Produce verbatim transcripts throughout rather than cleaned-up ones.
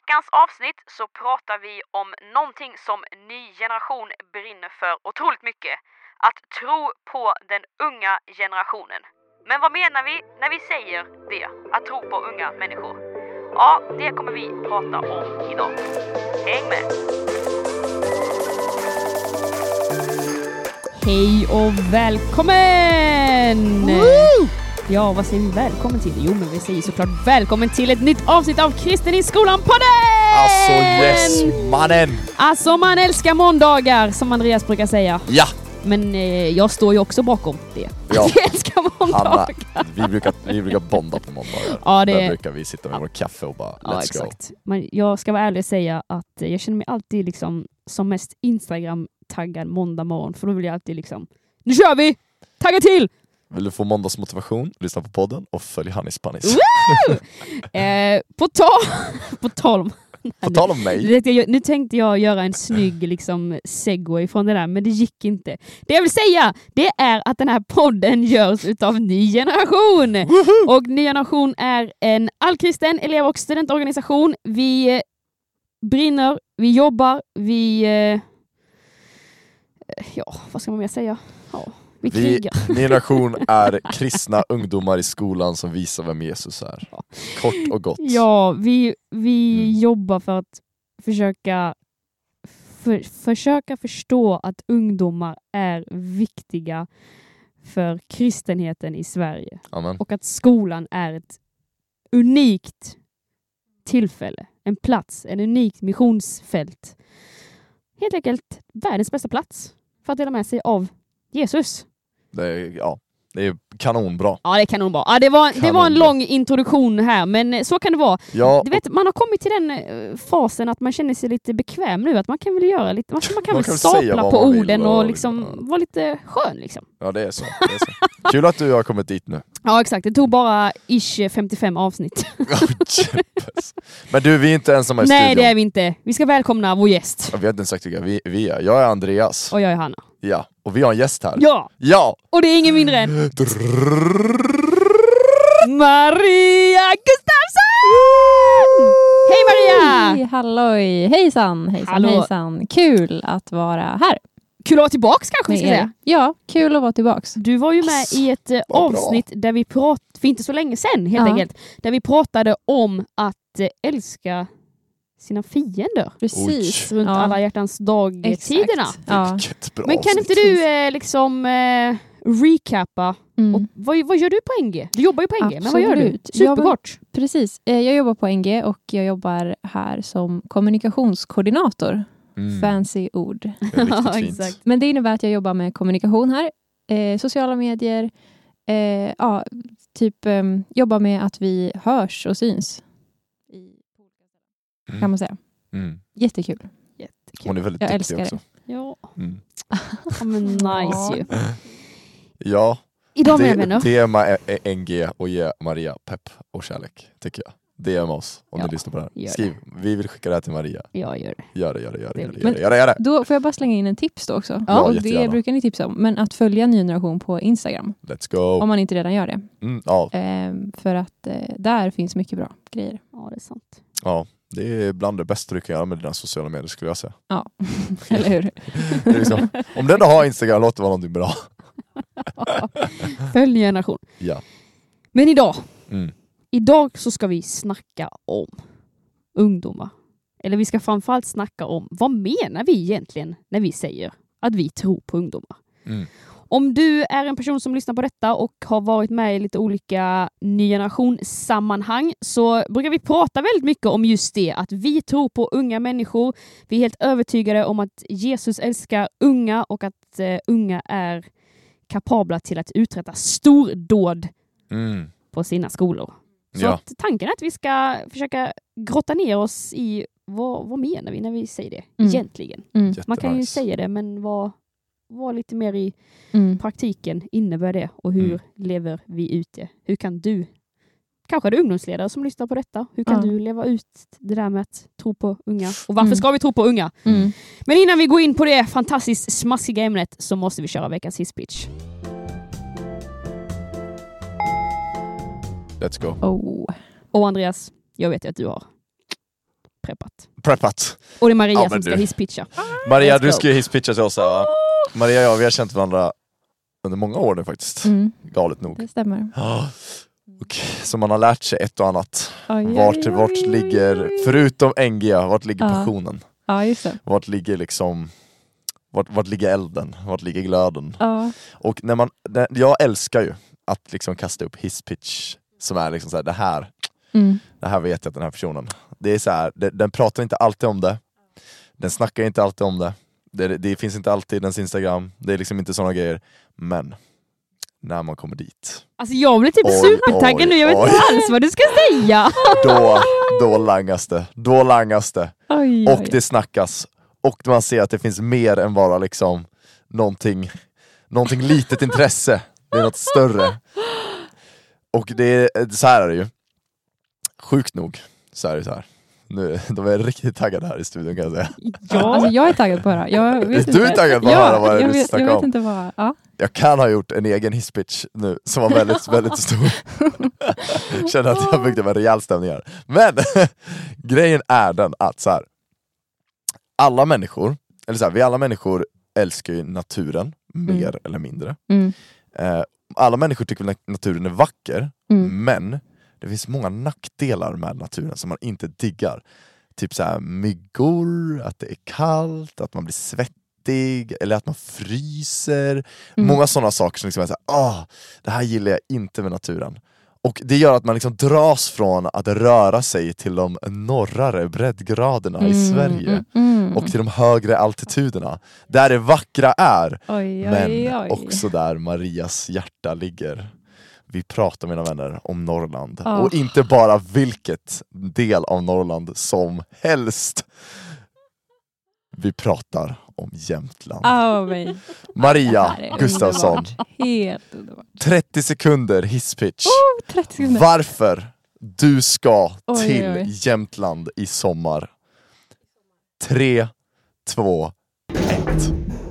veckans avsnitt så pratar vi om någonting som ny generation brinner för otroligt mycket. Att tro på den unga generationen. Men vad menar vi när vi säger det? Att tro på unga människor? Ja, det kommer vi prata om idag. Häng med! Hej och välkommen! Woo! Ja, vad säger vi välkommen till? Jo, men vi säger såklart välkommen till ett nytt avsnitt av Kristen i skolan-podden! Alltså yes, mannen! Alltså man älskar måndagar, som Andreas brukar säga. Ja! Men eh, jag står ju också bakom det. Ja. Att jag älskar måndagar. Hanna, vi, brukar, vi brukar bonda på måndagar. Ja, det... Där brukar vi sitta med vår kaffe och bara, let's ja, exakt. go. Men jag ska vara ärlig och säga att jag känner mig alltid liksom som mest Instagram-taggad måndag morgon. För då vill jag alltid liksom, nu kör vi! Tagga till! Vill du få måndagsmotivation? Lyssna på podden och följ Hannis Pannis. eh, på, ta- på tal om På tal om mig. Nu, jag, nu tänkte jag göra en snygg liksom, segway från det där, men det gick inte. Det jag vill säga, det är att den här podden görs utav Ny Generation. Woohoo! Och Ny Generation är en allkristen elev- och studentorganisation. Vi eh, brinner, vi jobbar, vi... Eh, ja, vad ska man mer säga? Ja. Vi, vi Ny Generation är kristna ungdomar i skolan som visar vem Jesus är. Ja. Kort och gott. Ja, vi, vi mm. jobbar för att försöka för, försöka förstå att ungdomar är viktiga för kristenheten i Sverige. Amen. Och att skolan är ett unikt tillfälle, en plats, en unikt missionsfält. Helt enkelt världens bästa plats för att dela med sig av Jesus. Det är, ja, det är kanonbra. Ja, det är kanonbra. Ja, det var, det var en lång introduktion här, men så kan det vara. Ja, du vet, man har kommit till den fasen att man känner sig lite bekväm nu. Att man kan väl göra lite, man kan, man kan man väl kan stapla på orden och, och liksom ja. vara lite skön. Liksom. Ja, det är så. Det är så. Kul att du har kommit dit nu. Ja, exakt. Det tog bara ish femtiofem avsnitt. Men du, vi är inte ensamma i Nej, studion. det är vi inte. Vi ska välkomna vår gäst. Ja, vi har inte sagt vilka vi, vi är. Jag är Andreas. Och jag är Hanna. Ja, och vi har en gäst här. Ja! Ja! Och det är ingen mindre än Maria Gustafsson! Hej Maria! Hej, halloj! Hejsan, hejsan, Hallå. hejsan. Kul att vara här. Kul att vara tillbaks kanske vi ska säga. Ja, kul att vara tillbaks. Du var ju med yes. i ett uh, avsnitt där vi pratade, för inte så länge sedan helt ja. enkelt, där vi pratade om att uh, älska sina fiender. Precis. Runt ja. alla hjärtans dag-tiderna. Ja. Men kan inte du eh, liksom eh, recappa? Mm. Och, vad, vad gör du på N G? Du jobbar ju på N G, Absolut. men vad gör du? Superkort. Ja, precis. Jag jobbar på N G och jag jobbar här som kommunikationskoordinator. Mm. Fancy ord. Det är riktigt fint. Exakt. Men det innebär att jag jobbar med kommunikation här. Eh, sociala medier. Eh, ja, typ eh, jobbar med att vi hörs och syns. Mm. Kan man säga. Mm. Jättekul. Jättekul. Hon är väldigt jag duktig älskar också. Det. Ja. Mm. Ja, men nice ju. Ja. Idag det, med vänner. D M N G och ge Maria pepp och kärlek, tycker jag. D M oss om ja, du lyssnar på det här. Skriv, vi vill skicka det här till Maria. Ja, gör det. Gör det, gör det, gör det. Gör det, men, gör det, gör det. Då får jag bara slänga in en tips då också. Ja, och jättegärna. det brukar ni tipsa om. Men att följa Ny Generation på Instagram. Let's go. Om man inte redan gör det. Mm, ja. Ehm, för att eh, där finns mycket bra grejer. Ja, det är sant. Ja, det är bland det bästa du kan göra med dina sociala medier, skulle jag säga. Ja, eller hur? Det är liksom, om du ändå har Instagram, låt det vara någonting bra. Följ generation. Ja. Men idag, mm. idag så ska vi snacka om ungdomar. Eller vi ska framförallt snacka om vad menar vi egentligen när vi säger att vi tror på ungdomar. Mm. Om du är en person som lyssnar på detta och har varit med i lite olika ny generationssammanhang så brukar vi prata väldigt mycket om just det. Att vi tror på unga människor. Vi är helt övertygade om att Jesus älskar unga och att uh, unga är kapabla till att uträtta stordåd mm. på sina skolor. Så ja. att tanken är att vi ska försöka grotta ner oss i vad, vad menar vi när vi säger det mm. egentligen. Mm. Man kan ju säga det, men vad, vad lite mer i mm. praktiken innebär det och hur mm. lever vi ut det? Hur kan du, kanske är det ungdomsledare som lyssnar på detta, hur kan ja. du leva ut det där med att tro på unga? Och varför mm. ska vi tro på unga? Mm. Men innan vi går in på det fantastiskt smaskiga ämnet så måste vi köra veckans hisspitch. Let's go. Oh. Och Andreas, jag vet ju att du har preppat. Preppat. Och det är Maria ja, som ska du. hisspitcha. Maria, du ska ju hisspitcha till oss här, va? Maria och jag, vi har känt varandra under många år nu faktiskt. Mm. Galet nog. Det stämmer. Oh. Och, så man har lärt sig ett och annat. Oj, vart, oj, oj, vart oj, ligger, oj. förutom N G A, vart ligger ja. passionen? Ja, just det. Vart ligger liksom, vart, vart ligger elden? Vart ligger glöden? Ja. Och när man, när, jag älskar ju att liksom kasta upp hisspitch som är liksom så här, det här, mm. det här vet jag att den här personen. Det är så här, det, den pratar inte alltid om det. Den snackar inte alltid om det. Det, det finns inte alltid i dens Instagram. Det är liksom inte såna grejer. Men när man kommer dit. Alltså jag blir typ oj, supertaggad nu. Jag vet oj. inte alls vad du ska säga. Då, då langas det. Då langas det. Oj, oj. Och det snackas. Och man ser att det finns mer än bara liksom någonting, någonting litet intresse. Det är något större. Och det är, så här är det ju. Sjukt nog så är det så här. Nu, de är riktigt taggade här i studion kan jag säga. Ja. Alltså jag är taggad på det här. Jag vet du inte. är taggad på att ja, höra vad det är jag du vet, snackar jag vet om. inte vad. Ja. Jag kan ha gjort en egen hisspitch nu som var väldigt, väldigt stor. Känner att jag byggde med rejäl stämning här. Men grejen är den att så här, alla människor, eller så här, vi alla människor älskar ju naturen mer mm. eller mindre. Mm. Eh, alla människor tycker väl att naturen är vacker, mm. men det finns många nackdelar med naturen som man inte diggar. Typ så här myggor, att det är kallt, att man blir svettig eller att man fryser. Mm. Många sådana saker som liksom är så här, ah, det här gillar jag inte med naturen. Och det gör att man liksom dras från att röra sig till de norrare breddgraderna mm, i Sverige. Mm, mm. Och till de högre altituderna. Där det vackra är. Oj, oj, men oj. också där Marias hjärta ligger. Vi pratar, mina vänner, om Norrland. Oh. Och inte bara vilket del av Norrland som helst. Vi pratar om Jämtland. Oh, Maria Gustafsson. Helt underbart. trettio sekunder hisspitch. Oh, trettio sekunder. Varför du ska oj, till oj. Jämtland i sommar. Tre, två, ett.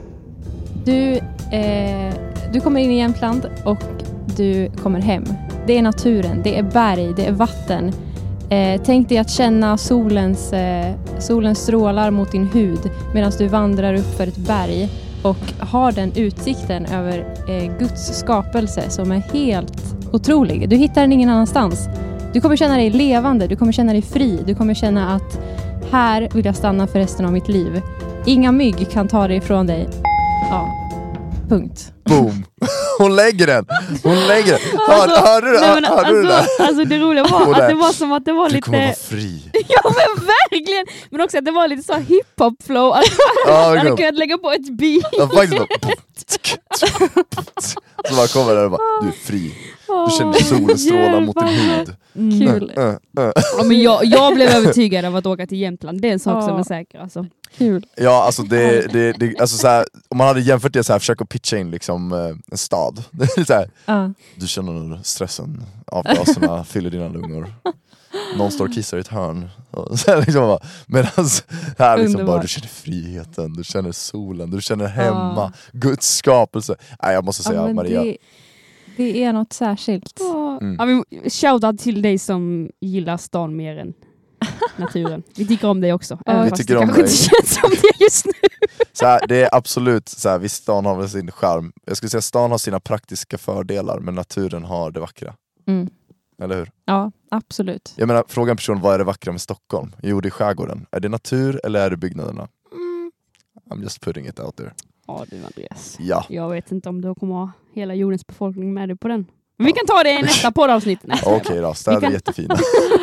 Du, eh, du kommer in i Jämtland och du kommer hem. Det är naturen, det är berg, det är vatten. Eh, tänk dig att känna solens, eh, solens strålar mot din hud medan du vandrar upp för ett berg och har den utsikten över eh, Guds skapelse som är helt otrolig. Du hittar den ingen annanstans. Du kommer känna dig levande, du kommer känna dig fri, du kommer känna att här vill jag stanna för resten av mitt liv. Inga mygg kan ta dig ifrån dig. Ja. Punkt. Boom. Hon lägger den. Hon lägger den. Hör, alltså, hörde du, nej, men, hörde alltså, du det? alltså det roliga var att det var som att det var du lite... Du kommer vara fri. Ja men verkligen. Men också att det var lite så hiphop flow. Alltså, ja, jag hade kunnat lägga på ett beat. Ja, faktiskt bara, så bara kommer det och bara, du är fri. Du känner solstrålar mot din hud. Mm. Kul. Uh, uh, uh. Ja, men jag, jag blev övertygad av att åka till Jämtland. Det är en sak oh. som är säker. Alltså. Kul. Ja, alltså, det, det, det, alltså så här, om man hade jämfört det så här, försöka pitcha in liksom, en stad. Det är så här, uh. du känner stressen, avgaserna fyller dina lungor. Någon står och kissar i ett hörn. liksom medan här liksom bara, du känner friheten, du känner solen, du känner hemma, uh. Guds skapelse. Nej, jag måste säga, ja, Maria. Det, det är något särskilt. Mm. Ja, men shoutout till dig som gillar stan mer än naturen. Vi tycker om dig också. Ja, vi fast tycker det om kanske dig. inte känns som det just nu. Så här, det är absolut så här, visst, stan har väl sin charm. Jag skulle säga stan har sina praktiska fördelar, men naturen har det vackra. Mm. Eller hur? Ja, absolut. Jag menar, fråga en person, vad är det vackra med Stockholm? Jo, det är skärgården. Är det natur eller är det byggnaderna? Mm. I'm just putting it out there. Ja du Andreas. Ja. Jag vet inte om du kommer ha hela jordens befolkning med dig på den. Men vi kan ta det i nästa poddavsnitt. Okej okay, då, städer kan... är jättefina.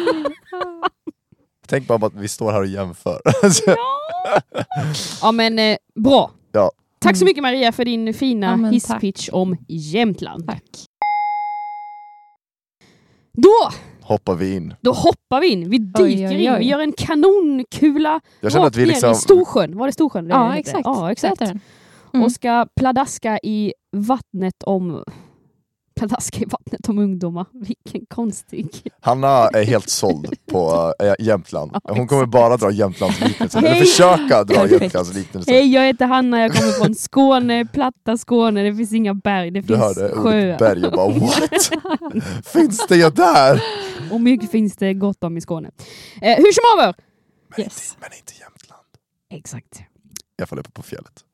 Tänk bara på att vi står här och jämför. ja. ja men eh, bra. Ja. Tack så mycket Maria för din fina ja, hisspitch om Jämtland. Tack. Då hoppar vi in. Då hoppar vi in. Vi dyker oj, oj, oj. in. Vi gör en kanonkula. Jag känner att vi liksom... i Storsjön. Var det Storsjön? Ja, det exakt. Ja, exakt. Mm. Och ska pladaska i vattnet om... Pladaska i vattnet om ungdomar. Vilken konstig... Hanna är helt såld på äh, Jämtland. Ja, Hon kommer bara dra Jämtlands liknelse. Eller försöka dra Jämtlands liknelse. Hej, jag heter Hanna. Jag kommer från Skåne. Platta Skåne. Det finns inga berg. Det du finns hörde sjöar. berg och bara, what? Finns det där? Och mycket finns det gott om i Skåne. Eh, hur som haver? Men, Yes. inte, men inte Jämtland. Exakt. I alla fall uppe på fjället.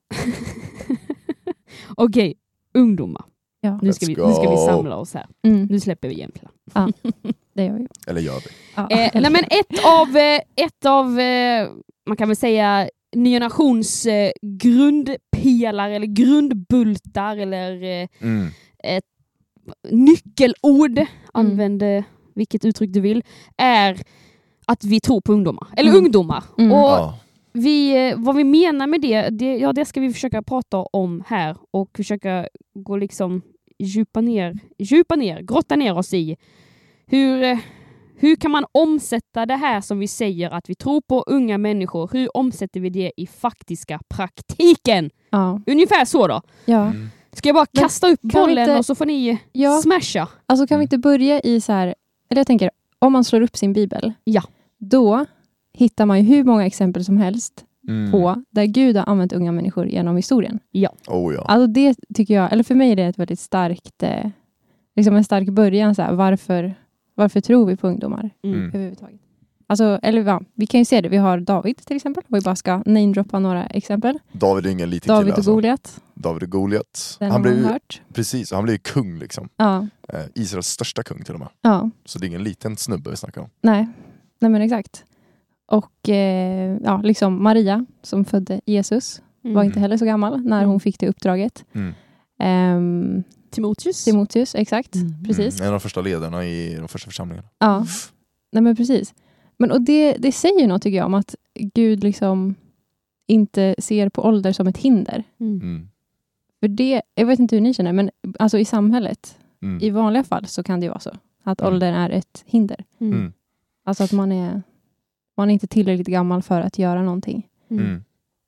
Okej, ungdomar. Ja. Nu ska, vi, Let's nu ska vi go. samla oss här. Mm. Nu släpper vi Jämtland. Ja, det gör vi. Eller gör vi? Ja. Eh, nej men ett av, eh, ett av eh, man kan väl säga, Ny Generations eh, grundpelare eller grundbultar eller eh, Mm. ett nyckelord, använd eh, vilket uttryck du vill, är att vi tror på ungdomar. Eller Mm. ungdomar. Mm. Och Ja. vi, vad vi menar med det, det, ja, det ska vi försöka prata om här och försöka gå liksom djupa ner, djupa ner, grotta ner oss i. Hur, eh, hur kan man omsätta det här som vi säger att vi tror på unga människor? Hur omsätter vi det i faktiska praktiken? Ja. Ungefär så då. Ja. Mm. Ska jag bara Men kasta upp kan vi bollen inte- och så får ni Ja. smasha? Alltså kan Mm. vi inte börja i så här, eller jag tänker, om man slår upp sin bibel, Ja. då hittar man ju hur många exempel som helst Mm. på där Gud har använt unga människor genom historien. Oh, ja. Alltså det tycker jag, eller för mig är det ett väldigt starkt, eh, liksom en stark början så här, varför, varför tror vi på ungdomar Mm. Mm. överhuvudtaget? Alltså, eller ja, vi kan ju se det, vi har David till exempel, och vi bara ska namedroppa några exempel. David är ingen liten David kille och alltså. Goliat, David och Goliat. den Han har blev man ju, hört. precis, han blev ju kung liksom. Ja, Eh, Israels största kung till och med. ja. Så det är ingen liten snubbe vi snackar om. Nej, nej men exakt. Och eh, ja, liksom Maria som födde Jesus Mm. var inte heller så gammal när Mm. hon fick det uppdraget. Mm. Ehm, Timoteus. Timoteus, exakt. Mm. Precis. Mm. En av de första ledarna i de första församlingarna. Ja, nej men precis. Men och det, det säger något tycker jag om att Gud liksom inte ser på ålder som ett hinder. Mm. Mm. För det, jag vet inte hur ni känner, men alltså i samhället, Mm. i vanliga fall så kan det ju vara så. Att Mm. åldern är ett hinder. Mm. Mm. Alltså att man är, man är inte tillräckligt gammal för att göra någonting. Mm. Mm.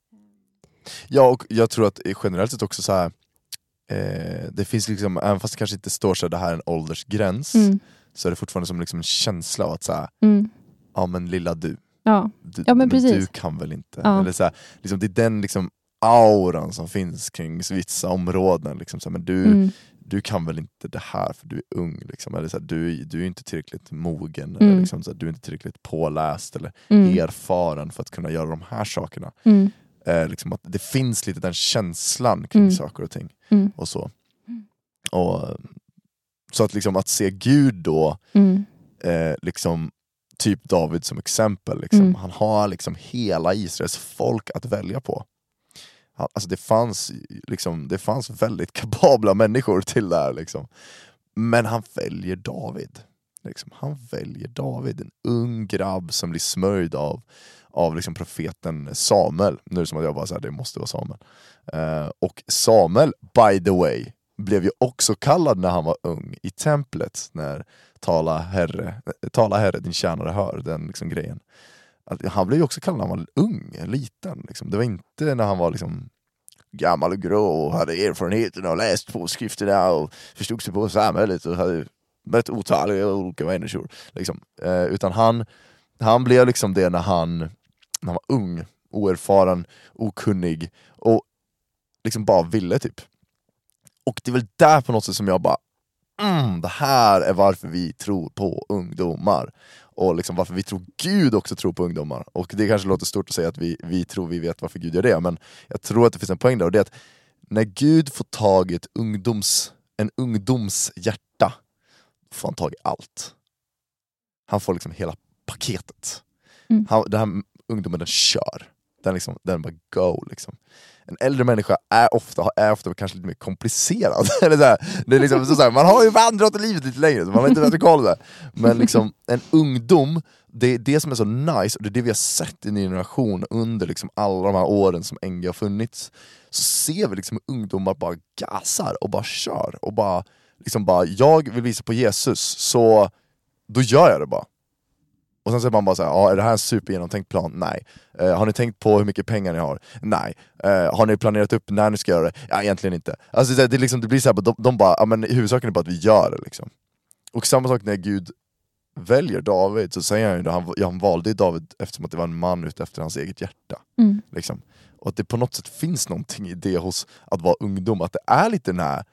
Ja, och jag tror att generellt sett också så här, eh, det finns liksom, även fast det kanske inte står så här, det här är en åldersgräns, Mm. så är det fortfarande som liksom en känsla av att så här, Mm. ja men lilla du, Ja. du, Ja, men precis. du kan väl inte. Ja. Eller så här, liksom, det är den liksom auran som finns kring vissa områden. Liksom, så här, men du, Mm. du kan väl inte det här för du är ung. Liksom. Eller så här, du, du är inte tillräckligt mogen, Mm. eller liksom, så här, du är inte tillräckligt påläst eller Mm. erfaren för att kunna göra de här sakerna. Mm. Eh, liksom att det finns lite den känslan kring Mm. saker och ting. Mm. Och så. Och, så att, liksom, att se Gud då, Mm. eh, liksom, typ David som exempel, liksom. Mm. Han har liksom hela Israels folk att välja på. Han, alltså det, fanns, liksom, det fanns väldigt kapabla människor till det här. Liksom. Men han väljer David. Liksom. Han väljer David, en ung grabb som blir smörjd av, av liksom profeten Samuel. Nu är det som att jag bara säger det måste vara Samuel. Uh, och Samuel, by the way, blev ju också kallad när han var ung i templet, när tala herre, tala herre din tjänare hör, den liksom grejen. Att han blev ju också kallad när han var ung, liten. Liksom. Det var inte när han var liksom gammal och grå och hade erfarenheten och läst på skrifterna och förstod sig på samhället och hade mött otaliga olika människor. Liksom. Uh, utan han, han blev liksom det när han, när han var ung, oerfaren, okunnig och liksom bara ville typ. Och det är väl där på något sätt som jag bara mm, det här är varför vi tror på ungdomar. Och liksom varför vi tror Gud också tror på ungdomar. Och det kanske låter stort att säga att vi, vi tror vi vet varför Gud gör det. Men jag tror att det finns en poäng där. Och det är att när Gud får tag i ett ungdoms, en ungdoms hjärta, får han tag i allt. Han får liksom hela paketet. Mm. Han, den här ungdomen, den kör. Den, liksom, den bara go liksom. En äldre människa är ofta, är ofta kanske lite mer komplicerad. Eller så här, det är liksom, så här, man har ju vandrat i livet lite längre, så man har inte rätt koll där. Men liksom, en ungdom, det är det som är så nice, och det är det vi har sett i en generation under liksom alla de här åren som N G har funnits. Så ser vi liksom ungdomar bara gasar och bara kör. Och bara, liksom bara, jag vill visa på Jesus, så då gör jag det bara. Och sen så är man bara så här, ja, är det här en supergenomtänkt plan? Nej. Uh, har ni tänkt på hur mycket pengar ni har? Nej. Uh, har ni planerat upp när ni ska göra det? Ja, egentligen inte. Alltså det, det, liksom, det blir så här, de, de bara, ja, men huvudsaken är bara att vi gör det liksom. Och samma sak när Gud väljer David, så säger han ju det, han, han valde David eftersom att det var en man ute efter hans eget hjärta. Mm. Liksom. Och att det på något sätt finns någonting i det hos att vara ungdom, att det är lite den här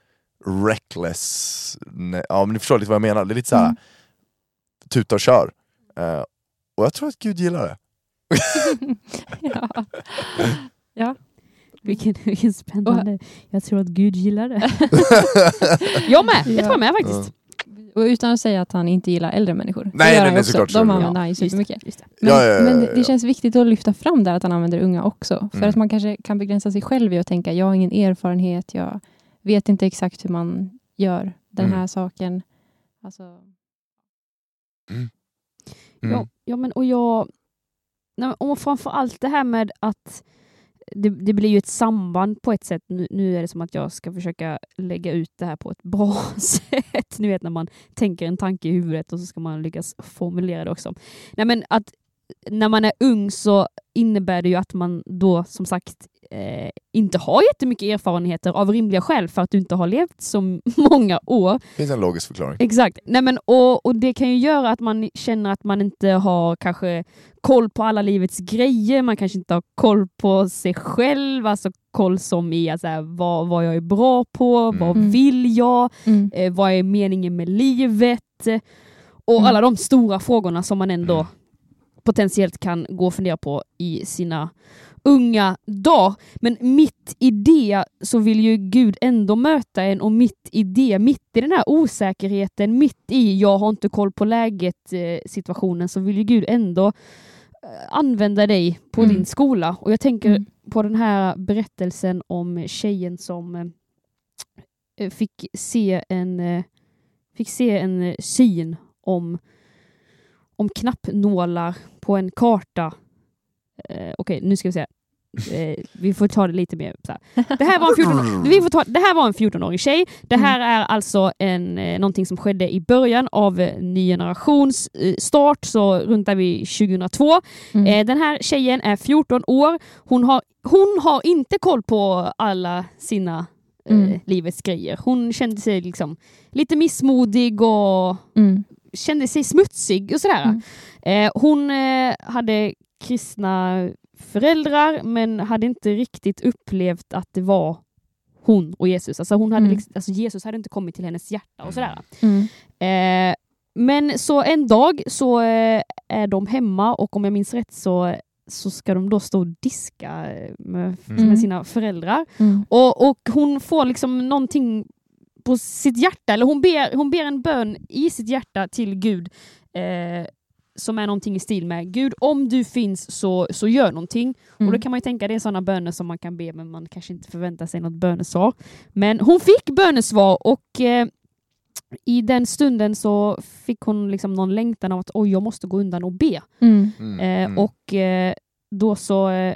reckless, ne, ja men ni förstår lite vad jag menar, det är lite så här, Mm. tuta och kör. Uh, och jag tror att Gud gillar det. ja. ja. Vilken, vilken spännande. Jag tror att Gud gillar det. jag med. Jag tror med faktiskt. Och utan att säga att han inte gillar äldre människor. Nej, nej, nej såklart. De använder han ju supermycket. Just det. Men, ja, ja, ja, men ja. det känns viktigt att lyfta fram där att han använder unga också. För mm. att man kanske kan begränsa sig själv i att tänka, jag har ingen erfarenhet, jag vet inte exakt hur man gör den mm. här saken. Alltså... Mm. Mm. Ja, ja, men och jag... Nej, och framför allt det här med att det, det blir ju ett samband på ett sätt. Nu, nu är det som att jag ska försöka lägga ut det här på ett bra sätt. Ni vet när man tänker en tanke i huvudet och så ska man lyckas formulera det också. Nej, men att när man är ung så innebär det ju att man då som sagt eh, inte har jättemycket erfarenheter av rimliga skäl för att du inte har levt så många år. Det finns en logisk förklaring. Exakt. Nej, men, och, och det kan ju göra att man känner att man inte har kanske koll på alla livets grejer. Man kanske inte har koll på sig själv. Alltså koll som i alltså, vad, vad jag är bra på, mm. vad vill jag, mm. eh, vad är meningen med livet och mm. alla de stora frågorna som man ändå potentiellt kan gå och fundera på i sina unga dagar. Men mitt i det så vill ju Gud ändå möta en, och mitt i det, mitt i den här osäkerheten, mitt i jag har inte koll på läget eh, situationen, så vill ju Gud ändå eh, använda dig på mm. din skola. Och jag tänker mm. på den här berättelsen om tjejen som eh, fick se en eh, fick se en syn om om knappnålar på en karta. Eh, Okej, okay, nu ska vi se. Eh, vi får ta det lite mer så här. Det här var en fjorton, vi får ta, det här var en fjorton-årig tjej. Det här är alltså en, eh, någonting som skedde i början av eh, ny generations eh, start, så runt där vi tjugohundratvå. Mm. Eh, den här tjejen är fjorton år. Hon har, hon har inte koll på alla sina eh, mm. livets grejer. Hon kände sig liksom lite missmodig och mm. kände sig smutsig och sådär. Mm. Eh, hon eh, hade kristna föräldrar men hade inte riktigt upplevt att det var hon och Jesus. Alltså, hon hade mm. liksom, alltså Jesus hade inte kommit till hennes hjärta och sådär. Mm. Eh, men så en dag så eh, är de hemma, och om jag minns rätt så, så ska de då stå och diska med, mm. med sina föräldrar. Mm. Och, och hon får liksom någonting på sitt hjärta, eller hon ber, hon ber en bön i sitt hjärta till Gud eh, som är någonting i stil med Gud, om du finns så, så gör någonting. Mm. Och då kan man ju tänka det är sådana böner som man kan be, men man kanske inte förväntar sig något bönesvar. Men hon fick bönesvar, och eh, i den stunden så fick hon liksom någon längtan av att oj, jag måste gå undan och be. Mm. Mm. Eh, och eh, då så eh,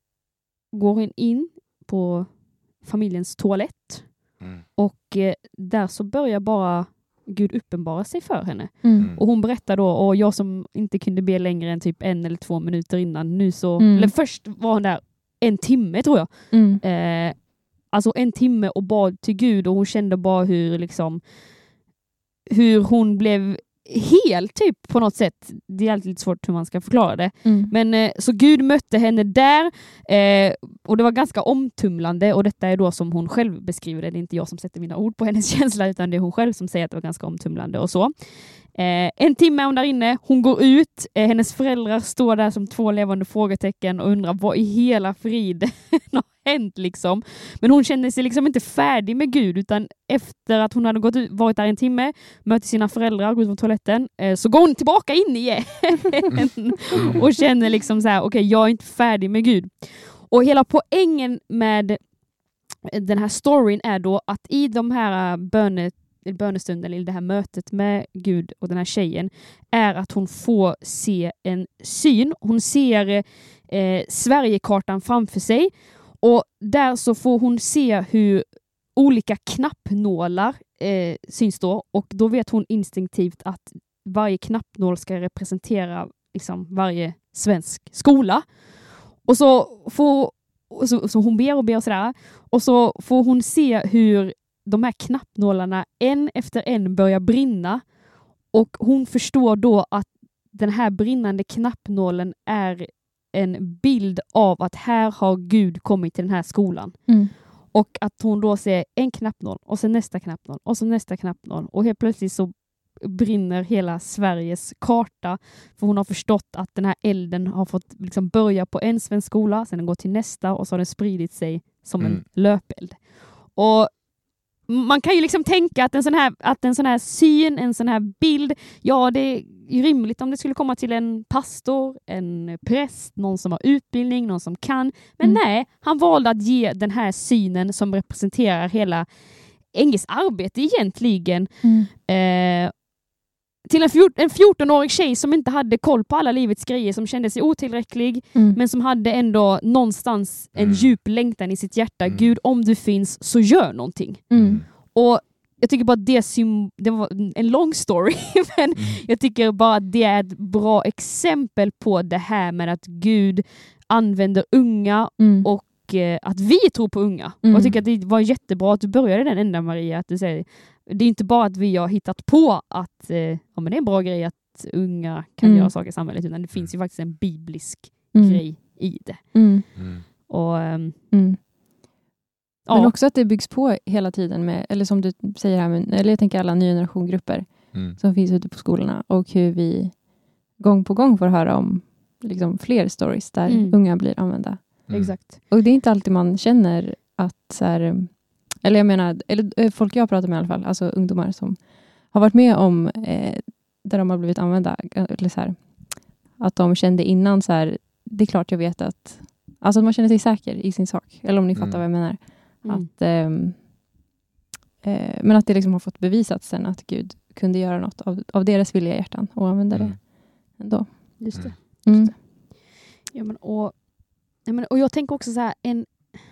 går hon in på familjens toalett. Mm. Och eh, där så börjar bara Gud uppenbara sig för henne. Mm. Och hon berättar då, och jag som inte kunde be längre än typ en eller två minuter innan, nu så, mm. eller först var hon där en timme tror jag. Mm. Eh, alltså en timme och bad till Gud, och hon kände bara hur liksom hur hon blev helt typ på något sätt. Det är alltid lite svårt hur man ska förklara det. Mm. Men eh, så Gud mötte henne där eh, och det var ganska omtumlande, och detta är då som hon själv beskriver det. Det är inte jag som sätter mina ord på hennes känsla, utan det är hon själv som säger att det var ganska omtumlande och så. Eh, en timme är hon där inne, hon går ut, eh, hennes föräldrar står där som två levande frågetecken och undrar vad i hela friden har hänt liksom. Men hon kände sig liksom inte färdig med Gud, utan efter att hon hade gått ut, varit där en timme, möter sina föräldrar, går ut från toaletten, eh, så går hon tillbaka in igen och känner liksom så här: okej, okay, jag är inte färdig med Gud. Och hela poängen med den här storyn är då att i de här bönet bönestunden, eller det här mötet med Gud och den här tjejen, är att hon får se en syn. Hon ser eh, Sverigekartan framför sig, och där så får hon se hur olika knappnålar eh, syns då, och då vet hon instinktivt att varje knappnål ska representera liksom varje svensk skola. Och så får och så, så hon ber och ber och sådär, och så får hon se hur de här knappnålarna en efter en börjar brinna, och hon förstår då att den här brinnande knappnålen är en bild av att här har Gud kommit till den här skolan. Mm. Och att hon då ser en knappnål, och sen nästa knappnål, och så nästa knappnål, och helt plötsligt så brinner hela Sveriges karta. För hon har förstått att den här elden har fått liksom börja på en svensk skola, sen den går till nästa och så har den spridit sig som mm. en löpeld. Och man kan ju liksom tänka att en sån här, att en sån här syn, en sån här bild, ja det är rimligt om det skulle komma till en pastor, en präst, någon som har utbildning, någon som kan. Men mm. nej, han valde att ge den här synen som representerar hela Enges arbete egentligen mm. eh, till en, fjort, en fjorton-årig tjej som inte hade koll på alla livets grejer, som kände sig otillräcklig mm. men som hade ändå någonstans en mm. djup längtan i sitt hjärta. Mm. Gud, om du finns så gör någonting. Mm. Och jag tycker bara att det, det var en lång story men mm. jag tycker bara att det är ett bra exempel på det här med att Gud använder unga mm. och att vi tror på unga. Mm. Och jag tycker att det var jättebra att du började den ända, Maria, att du säger, det är inte bara att vi har hittat på att eh, ja, men det är en bra grej att unga kan mm. göra saker i samhället, utan det finns ju faktiskt en biblisk mm. grej i det. Mm. Och um, mm. ja. Men också att det byggs på hela tiden med, eller som du säger här, med, eller jag tänker alla nya generationsgrupper mm. som finns ute på skolorna, och hur vi gång på gång får höra om liksom, fler stories där mm. unga blir använda. Mm. Exakt. Och det är inte alltid man känner att så här, eller jag menar, eller folk jag pratar med i alla fall, alltså ungdomar som har varit med om eh, där de har blivit använda, eller så här, att de kände innan så här, det är klart jag vet att, alltså att man känner sig säker i sin sak, eller om ni mm. fattar vad jag menar. Mm. Att, eh, eh, men att det liksom har fått bevisat sen att Gud kunde göra något av, av deras villiga hjärtan och använda mm. det ändå. Just det. Mm. Just det. Ja, men, och Ja, men, och jag tänker också så här, en,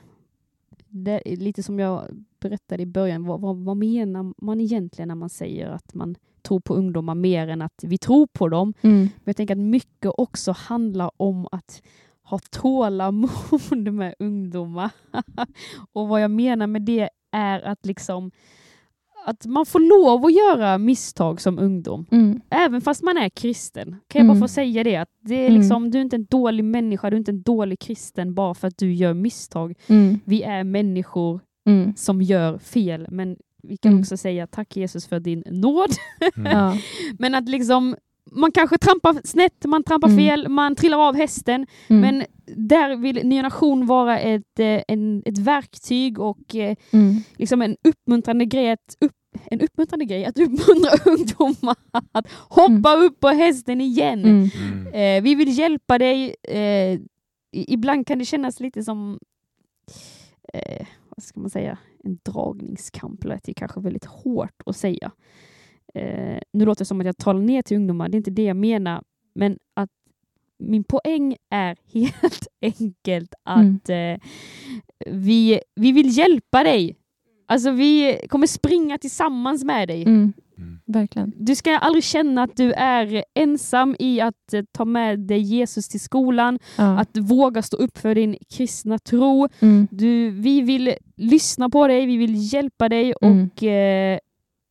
det är lite som jag berättade i början, vad, vad, vad menar man egentligen när man säger att man tror på ungdomar mer än att vi tror på dem? Mm. Men jag tänker att mycket också handlar om att ha tålamod med ungdomar. Och vad jag menar med det är att liksom att man får lov att göra misstag som ungdom. Mm. Även fast man är kristen. Kan jag mm. bara få säga det? Att det är liksom, mm. du är inte en dålig människa, du är inte en dålig kristen bara för att du gör misstag. Mm. Vi är människor mm. som gör fel. Men vi kan mm. också säga tack Jesus för din nåd. Mm. Men att liksom, man kanske trampar snett, man trampar mm. fel, man trillar av hästen. Mm. Men där vill Ny Generation vara ett, en, ett verktyg och mm. liksom en uppmuntrande grej att upp, en uppmuntrande grej att uppmuntra ungdomar att hoppa mm. upp på hästen igen. Mm. Mm. Eh, vi vill hjälpa dig. Eh, ibland kan det kännas lite som eh, vad ska man säga, en dragningskamp. Det är kanske väldigt hårt att säga. Eh, nu låter det som att jag talar ner till ungdomar. Det är inte det jag menar. Men att min poäng är helt enkelt att mm. eh, vi, vi vill hjälpa dig. Alltså vi kommer springa tillsammans med dig. Mm. Mm. Verkligen. Du ska aldrig känna att du är ensam i att eh, ta med dig Jesus till skolan. Ja. Att våga stå upp för din kristna tro. Mm. Du, vi vill lyssna på dig. Vi vill hjälpa dig mm. och eh,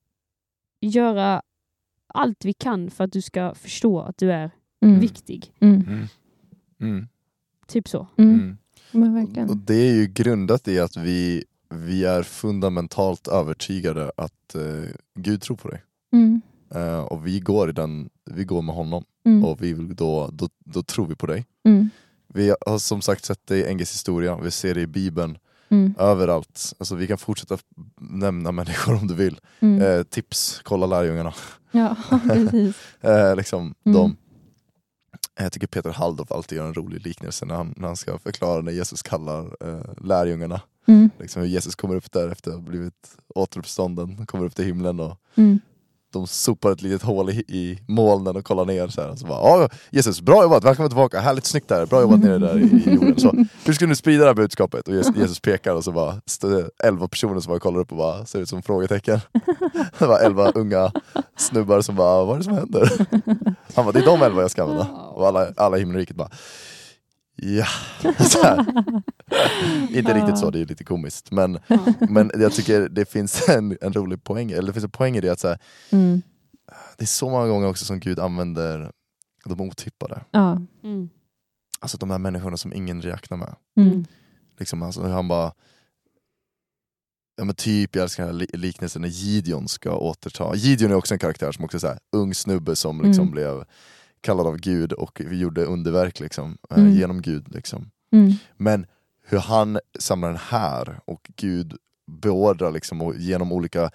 göra allt vi kan för att du ska förstå att du är mm. viktig. Mm. Mm. Mm. Typ så. Mm. Men verkligen. Och det är ju grundat i att vi, vi är fundamentalt övertygade att uh, Gud tror på dig. Mm. Uh, och vi går i den, vi går med honom. Mm. Och vi vill då, då, då tror vi på dig. Mm. Vi har som sagt sett det i Enges historia. Vi ser det i Bibeln. Mm. Överallt. Alltså vi kan fortsätta nämna människor om du vill. Mm. Eh, tips, kolla lärjungarna. Ja, precis. eh, liksom mm. de. Jag tycker Peter Halldorf alltid gör en rolig liknelse när han, när han ska förklara när Jesus kallar eh, lärjungarna. Mm. Liksom hur Jesus kommer upp där efter att ha blivit återuppstånden. Kommer upp till himlen och mm. de sopar ett litet hål i, i molnen och kollar ner så här. Och så bara, ja Jesus, bra jobbat, välkommen tillbaka, härligt snyggt där, bra jobbat nere där i, i jorden. Så, hur ska du sprida det här budskapet? Och Jesus pekar och så bara, elva personer som bara kollar upp och bara ser ut som frågetecken. Det var elva unga snubbar som bara, vad är det som händer? Han bara, det är de elva jag ska använda. Och alla, alla i himmelriket bara, ja, så här. Inte riktigt så, det är lite komiskt. Men, men jag tycker det finns en, en rolig poäng. Eller det finns en poäng i det att så här, mm. det är så många gånger också som Gud använder de otippade. Ja. Mm. Alltså de här människorna som ingen räknar med. Mm. Liksom, alltså, han bara ja, men typ jag älskar den här liknelsen när Gideon ska återta. Gideon är också en karaktär som också är så här, ung snubbe som liksom mm. blev kallad av Gud och gjorde underverk liksom, mm. eh, genom Gud liksom. Mm. Men hur han samlar den här och Gud beordrar liksom, och genom olika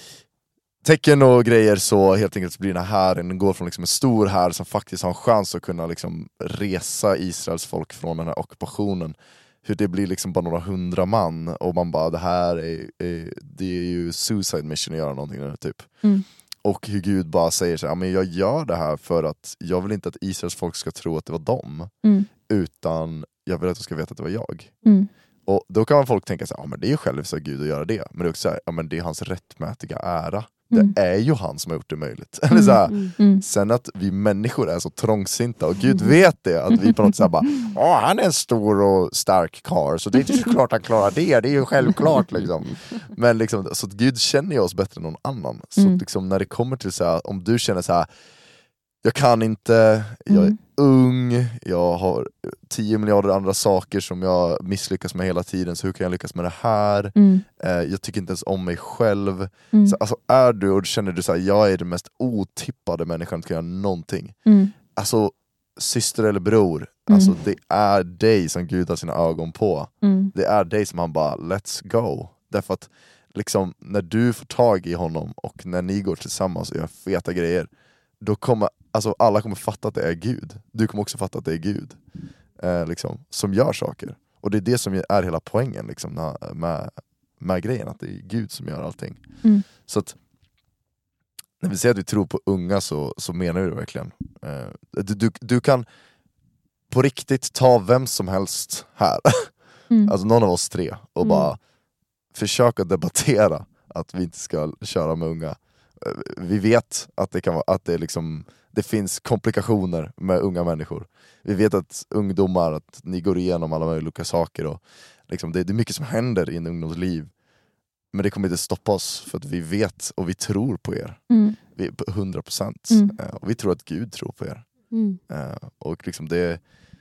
tecken och grejer så helt enkelt blir den här den går från liksom en stor här som faktiskt har en chans att kunna liksom resa Israels folk från den här ockupationen. Hur det blir liksom bara några hundra man och man bara, det här är, är det är ju suicide mission att göra någonting där, typ. Mm. Och hur Gud bara säger så här, men jag gör det här för att jag vill inte att Israels folk ska tro att det var dem, mm. utan jag vill att de ska veta att det var jag. Mm. Och då kan folk tänka så här, ja men det är ju själviskt av Gud att göra det, men det är också så här, ja men det är hans rättmätiga ära. Mm. Det är ju han som har gjort det möjligt. Eller så här, mm. Mm. sen att vi människor är så trångsinta och Gud vet det, att vi på något sätt bara, ja han är en stor och stark karl så det är inte så klart han klarar det, det är ju självklart liksom. Men liksom, så att Gud känner ju oss bättre än någon annan. Så mm. liksom, när det kommer till så här, om du känner så här, jag kan inte, jag är mm. ung, jag har tio miljarder andra saker som jag misslyckas med hela tiden, så hur kan jag lyckas med det här? Mm. Eh, jag tycker inte ens om mig själv. Mm. Så, alltså, är du och känner du så här, jag är den mest otippade människan att kunna göra någonting. Mm. Alltså, syster eller bror, mm. alltså, det är dig som Gud har sina ögon på. Mm. Det är dig som han bara, let's go. Därför att liksom, när du får tag i honom och när ni går tillsammans och gör feta grejer, då kommer alltså, alla kommer fatta att det är Gud. Du kommer också fatta att det är Gud eh, liksom, som gör saker. Och det är det som är hela poängen liksom, när, med, med grejen, att det är Gud som gör allting. Mm. Så att när vi säger att vi tror på unga så, så menar vi det verkligen. Eh, du, du, du kan på riktigt ta vem som helst här, mm. alltså någon av oss tre, och mm. bara försöka debattera att vi inte ska köra med unga. Vi vet att det kan vara, att det liksom, det finns komplikationer med unga människor. Vi vet att ungdomar, att ni går igenom alla möjliga saker och liksom, det, det är mycket som händer i en ungdoms liv. Men det kommer inte stoppa oss för att vi vet och vi tror på er. Mm. Vi är hundra procent. Mm. Och vi tror att Gud tror på er. Mm. Och liksom det,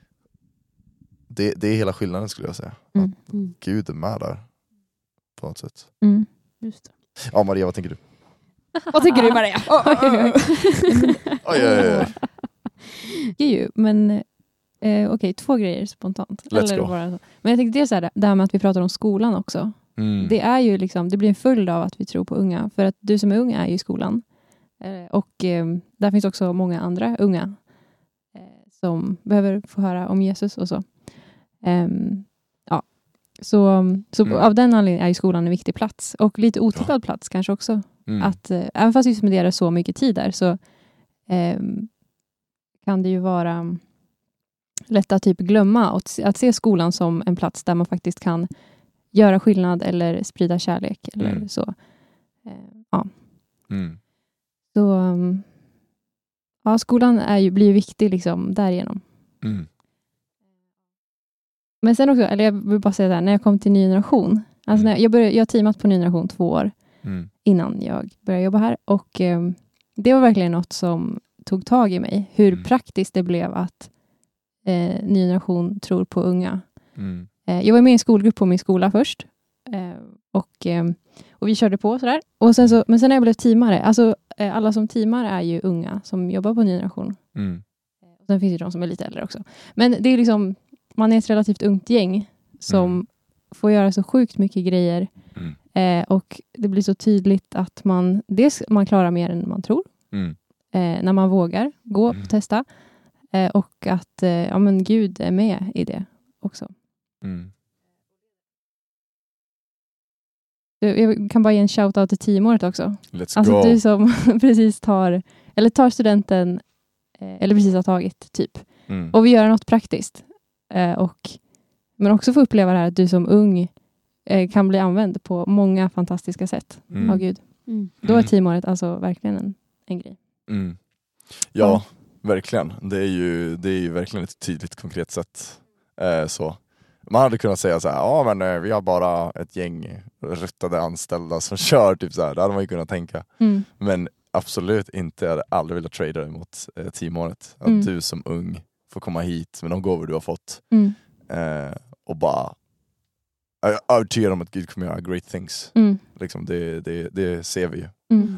det, det är hela skillnaden, skulle jag säga. Mm. Att Gud är med där på något sätt. Mm. Just det. Ja, Maria, vad tänker du? Vad tycker du, Maria? Oj, oj, oj. oj, oj, oj. Det är ju, men eh, okej, okay, två grejer spontant. Let's Eller go. bara så. Men jag tänkte det är så här, det här med att vi pratar om skolan också. Mm. Det är ju liksom, det blir en följd av att vi tror på unga. För att du som är ung är ju i skolan. Eh, och eh, där finns också många andra unga eh, som behöver få höra om Jesus och så. Um, ja. Så, så mm. av den anledningen är ju skolan en viktig plats. Och lite otippad ja. plats kanske också. Mm. Att eh, även fast vi spenderar så mycket tid där så eh, kan det ju vara lätt att typ glömma och att se skolan som en plats där man faktiskt kan göra skillnad eller sprida kärlek eller mm. så. Eh, ja. Mm. Så um, ja, skolan är ju, blir ju viktig liksom därigenom. Mm. Men sen också, eller jag vill bara säga det här, när jag kom till ny generation, alltså när jag, jag, började, jag har teamat på ny generation två år mm. innan jag började jobba här och eh, det var verkligen något som tog tag i mig. Hur mm. praktiskt det blev att eh, ny generation tror på unga. Mm. Eh, jag var med i en skolgrupp på min skola först eh, och, eh, och vi körde på sådär. Och sen så, men sen när jag blev teamare, alltså eh, alla som teamar är ju unga som jobbar på ny generation. Mm. Och sen finns det de som är lite äldre också. Men det är liksom, man är ett relativt ungt gäng som mm. får göra så sjukt mycket grejer. Mm. Eh, och det blir så tydligt att man, dels man klarar mer än man tror. Mm. Eh, när man vågar gå och mm. testa. Eh, och att eh, ja, men Gud är med i det också. Mm. Jag kan bara ge en shout-out till teamåret också. Let's alltså go. du som precis tar, eller tar studenten, eh, eller precis har tagit typ. Mm. Och vi gör något praktiskt. Eh, och, men också få uppleva det här att du som ung eh, kan bli använd på många fantastiska sätt mm. av Gud. Mm. Då är teamåret alltså verkligen en, en grej. Mm. Ja, ja, verkligen. Det är ju, det är ju verkligen ett tydligt, konkret sätt. Eh, så. Man hade kunnat säga så här, ja men eh, vi har bara ett gäng ruttade anställda som kör typ så här. Det hade man ju kunnat tänka. Mm. Men absolut inte, jag hade aldrig velat trada mot eh, teamåret. Att Mm. du som ung får komma hit med de gåvor du har fått. Mm. Eh, och bara Jag är övertygad om att Gud kommer göra great things. Mm. Liksom det, det, det ser vi ju. Mm.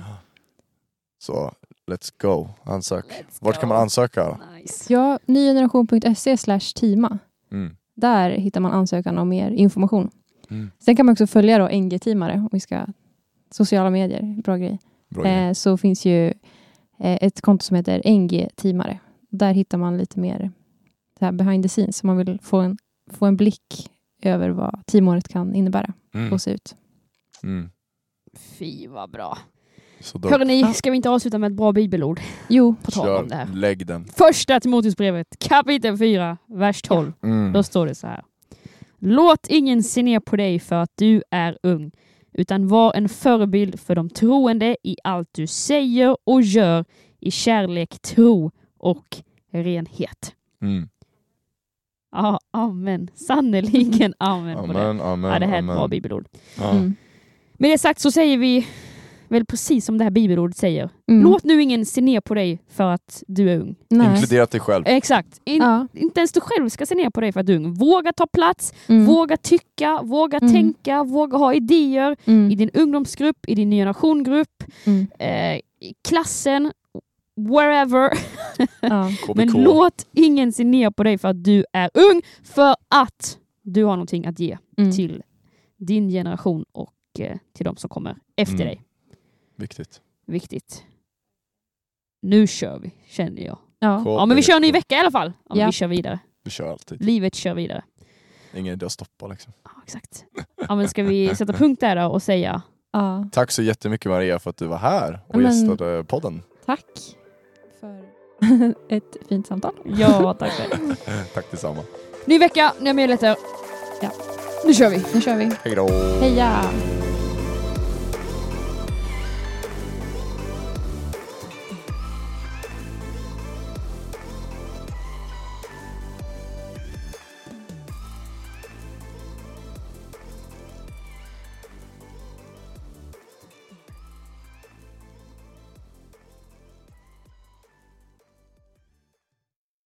Så let's go. Ansök. Let's Vart go. Kan man ansöka? Nice. Ja, nygeneration punkt se slash teama. Mm. Där hittar man ansökan och mer information. Mm. Sen kan man också följa då N G-teamare om vi ska sociala medier. Bra grej. Bra grej. Eh, så finns ju eh, ett konto som heter N G-teamare. Där hittar man lite mer så här behind the scenes. Så man vill få en, få en blick över vad teamåret kan innebära mm. och se ut. Mm. Fy vad bra. Hörrni, ja. Ska vi inte avsluta med ett bra bibelord? Jo. På tal om det här. Lägg den. Första Timoteusbrevet, kapitel fyra, vers tolv. Mm. Då står det så här. Låt ingen se ner på dig för att du är ung, utan var en förebild för de troende i allt du säger och gör i kärlek, tro och renhet. Mm. Ja, amen. Sannoliken amen. Amen, på det. amen, ja, det här är amen. ett bra bibelord. Ja. Mm. Med det sagt så säger vi väl precis som det här bibelordet säger. Mm. Låt nu ingen se ner på dig för att du är ung. Nej. Inkludera dig själv. Exakt. In, ja. Inte ens du själv ska se ner på dig för att du är ung. Våga ta plats, mm. våga tycka, våga mm. tänka, våga ha idéer mm. i din ungdomsgrupp, i din generationgrupp, mm. eh, i klassen, wherever. Ja. Men låt ingen se ner på dig för att du är ung, för att du har någonting att ge mm. till din generation och eh, till de som kommer efter mm. dig. Viktigt. Viktigt. Nu kör vi, känner jag. Ja, ja men vi kör en ny vecka i alla fall. Om ja. Vi kör vidare. Vi kör alltid. Livet kör vidare. Ingen idé att stoppa liksom. Ja, exakt. Ja, men ska vi sätta punkt där då och säga... Ja. Tack så jättemycket Maria för att du var här och men, gästade podden. Tack för ett fint samtal. Ja, tack för det. Tack detsamma. Ny vecka, nya möjligheter. Ja. Nu kör vi. Nu kör vi. Hej då. Heja.